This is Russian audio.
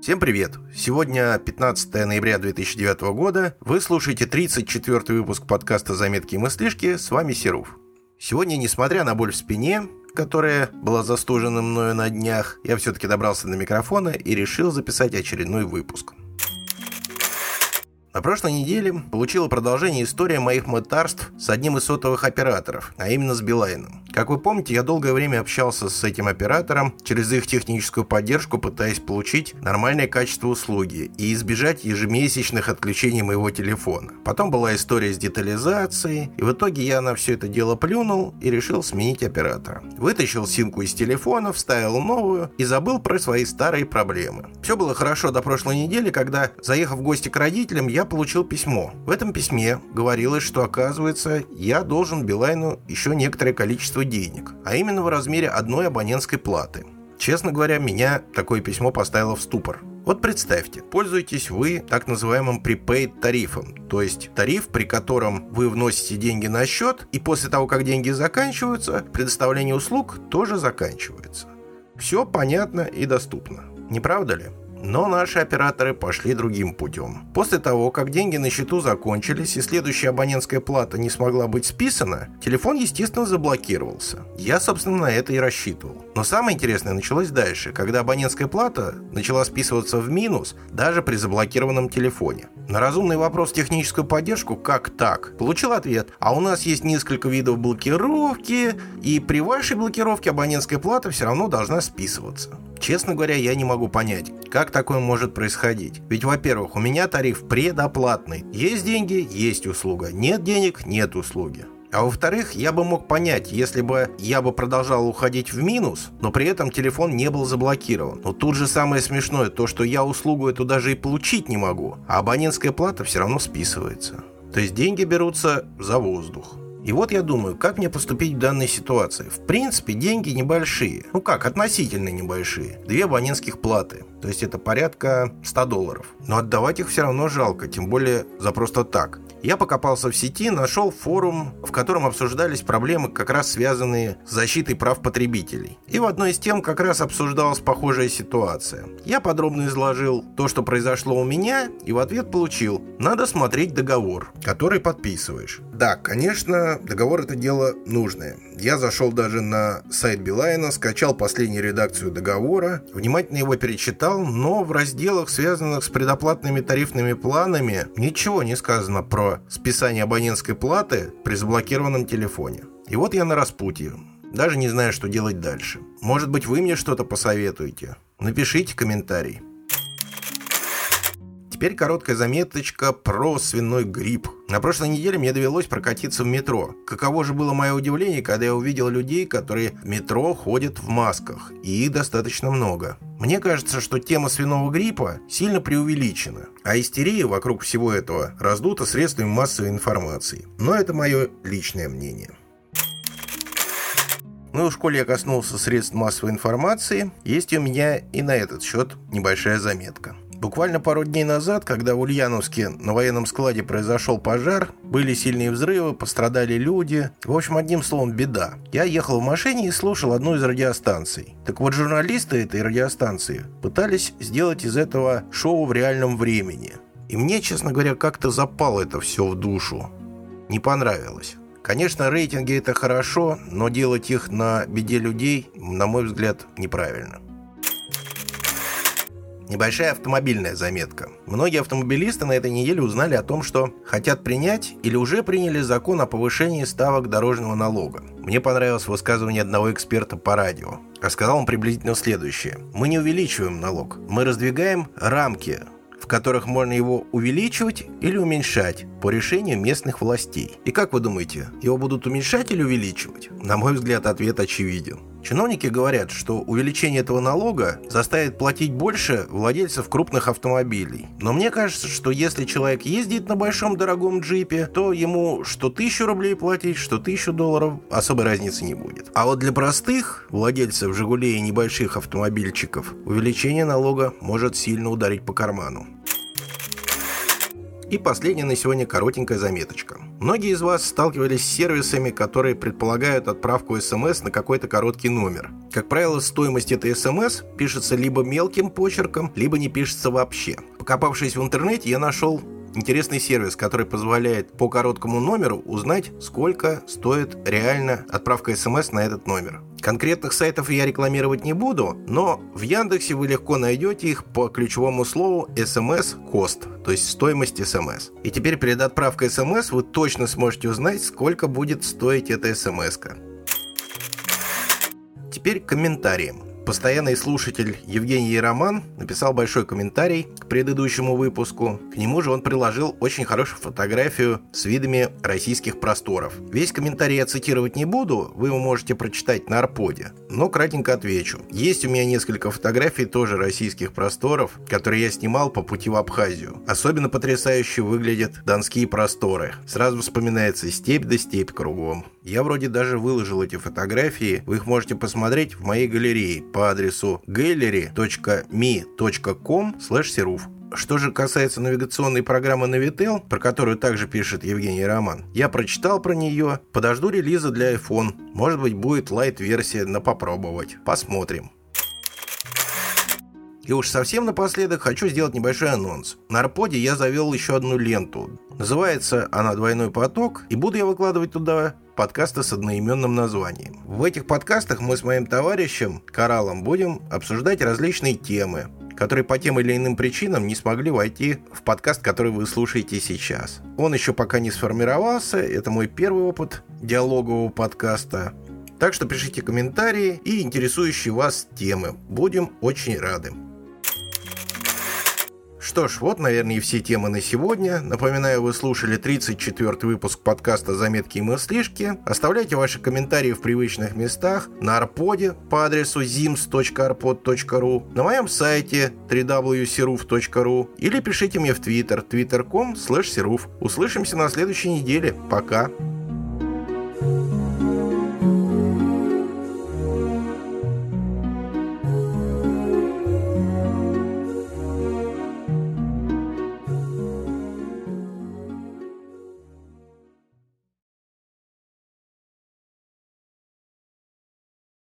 Всем привет! Сегодня 15 ноября 2009 года. Вы слушаете 34-й выпуск подкаста «Заметки и мыслишки». С вами Серов. Сегодня, несмотря на боль в спине, которая была застужена мною на днях, я все-таки добрался до микрофона и решил записать очередной выпуск. На прошлой неделе получила продолжение история моих мытарств с одним из сотовых операторов, а именно с Билайном. Как вы помните, я долгое время общался с этим оператором через их техническую поддержку, пытаясь получить нормальное качество услуги и избежать ежемесячных отключений моего телефона. Потом была история с детализацией, и в итоге я на все это дело плюнул и решил сменить оператора. Вытащил симку из телефона, вставил новую и забыл про свои старые проблемы. Все было хорошо до прошлой недели, когда, заехав в гости к родителям, я получил письмо. В этом письме говорилось, что, оказывается, я должен Билайну еще некоторое количество денег, а именно в размере одной абонентской платы. Честно говоря, меня такое письмо поставило в ступор. Вот представьте, пользуетесь вы так называемым prepaid тарифом, то есть тариф, при котором вы вносите деньги на счет, и после того, как деньги заканчиваются, предоставление услуг тоже заканчивается. Все понятно и доступно, не правда ли? Но наши операторы пошли другим путем. После того, как деньги на счету закончились и следующая абонентская плата не смогла быть списана, телефон, естественно, заблокировался. Я, собственно, на это и рассчитывал. Но самое интересное началось дальше, когда абонентская плата начала списываться в минус даже при заблокированном телефоне. На разумный вопрос в техническую поддержку «как так?» получил ответ: а у нас есть несколько видов блокировки, и при вашей блокировке абонентская плата все равно должна списываться. Честно говоря, я не могу понять, как такое может происходить. Ведь, во-первых, у меня тариф предоплатный. Есть деньги – есть услуга. Нет денег – нет услуги. А во-вторых, я бы мог понять, если бы я бы продолжал уходить в минус, но при этом телефон не был заблокирован. Но тут же самое смешное то, что я услугу эту даже и получить не могу, а абонентская плата все равно списывается. То есть деньги берутся за воздух. И вот я думаю, как мне поступить в данной ситуации. В принципе, деньги небольшие. Относительно небольшие. 2 абонентских платы. То есть это порядка $100. Но отдавать их все равно жалко, тем более за просто так. Я покопался в сети, нашел форум, в котором обсуждались проблемы, как раз связанные с защитой прав потребителей. И в одной из тем как раз обсуждалась похожая ситуация. Я подробно изложил то, что произошло у меня, и в ответ получил: надо смотреть договор, который подписываешь. Да, конечно, договор — это дело нужное. Я зашел даже на сайт Билайна, скачал последнюю редакцию договора, внимательно его перечитал, но в разделах, связанных с предоплатными тарифными планами, ничего не сказано про списание абонентской платы при заблокированном телефоне. И вот я на распутье. Даже не знаю, что делать дальше. Может быть, вы мне что-то посоветуете? Напишите комментарий. Теперь короткая заметочка про свиной грипп. На прошлой неделе мне довелось прокатиться в метро. Каково же было мое удивление, когда я увидел людей, которые в метро ходят в масках. И их достаточно много. Мне кажется, что тема свиного гриппа сильно преувеличена, а истерия вокруг всего этого раздута средствами массовой информации. Но это мое личное мнение. Ну и в школе я коснулся средств массовой информации. Есть у меня и на этот счет небольшая заметка. Буквально пару дней назад, когда в Ульяновске на военном складе произошел пожар, были сильные взрывы, пострадали люди. В общем, одним словом, беда. Я ехал в машине и слушал одну из радиостанций. Так вот, журналисты этой радиостанции пытались сделать из этого шоу в реальном времени. И мне, честно говоря, как-то запало это все в душу. Не понравилось. Конечно, рейтинги — это хорошо, но делать их на беде людей, на мой взгляд, неправильно. Небольшая автомобильная заметка. Многие автомобилисты на этой неделе узнали о том, что хотят принять или уже приняли закон о повышении ставок дорожного налога. Мне понравилось высказывание одного эксперта по радио. Рассказал он приблизительно следующее: мы не увеличиваем налог, мы раздвигаем рамки, в которых можно его увеличивать или уменьшать по решению местных властей. И как вы думаете, его будут уменьшать или увеличивать? На мой взгляд, ответ очевиден. Чиновники говорят, что увеличение этого налога заставит платить больше владельцев крупных автомобилей. Но мне кажется, что если человек ездит на большом дорогом джипе, то ему что 1000 рублей платить, что $1000 особой разницы не будет. А вот для простых владельцев «Жигулей» и небольших автомобильчиков увеличение налога может сильно ударить по карману. И последняя на сегодня коротенькая заметочка. Многие из вас сталкивались с сервисами, которые предполагают отправку СМС на какой-то короткий номер. Как правило, стоимость этой СМС пишется либо мелким почерком, либо не пишется вообще. Покопавшись в интернете, я нашел интересный сервис, который позволяет по короткому номеру узнать, сколько стоит реально отправка СМС на этот номер. Конкретных сайтов я рекламировать не буду, но в Яндексе вы легко найдете их по ключевому слову SMS Cost, то есть стоимость SMS. И теперь перед отправкой SMS вы точно сможете узнать, сколько будет стоить эта SMS-ка. Теперь к комментариям. Постоянный слушатель Евгений Роман написал большой комментарий к предыдущему выпуску. К нему же он приложил очень хорошую фотографию с видами российских просторов. Весь комментарий я цитировать не буду, вы его можете прочитать на Арподе, но кратенько отвечу. Есть у меня несколько фотографий тоже российских просторов, которые я снимал по пути в Абхазию. Особенно потрясающе выглядят донские просторы. Сразу вспоминается степь да степь кругом. Я вроде даже выложил эти фотографии, вы их можете посмотреть в моей галерее по адресу gallery.me.com/seruf. Что же касается навигационной программы Navitel, про которую также пишет Евгений Роман, я прочитал про нее, подожду релиза для iPhone. Может быть, будет лайт-версия на попробовать. Посмотрим. И уж совсем напоследок хочу сделать небольшой анонс. На Арподе я завел еще одну ленту. Называется она «Двойной поток», и буду я выкладывать туда подкасты с одноименным названием. В этих подкастах мы с моим товарищем Кораллом будем обсуждать различные темы, которые по тем или иным причинам не смогли войти в подкаст, который вы слушаете сейчас. Он еще пока не сформировался, это мой первый опыт диалогового подкаста. Так что пишите комментарии и интересующие вас темы. Будем очень рады. Что ж, вот, наверное, и все темы на сегодня. Напоминаю, вы слушали 34-й выпуск подкаста «Заметки и мыслишки». Оставляйте ваши комментарии в привычных местах на Арподе по адресу zims.arpod.ru, на моем сайте www.seruf.ru или пишите мне в Twitter twitter.com/seruf. Услышимся на следующей неделе. Пока!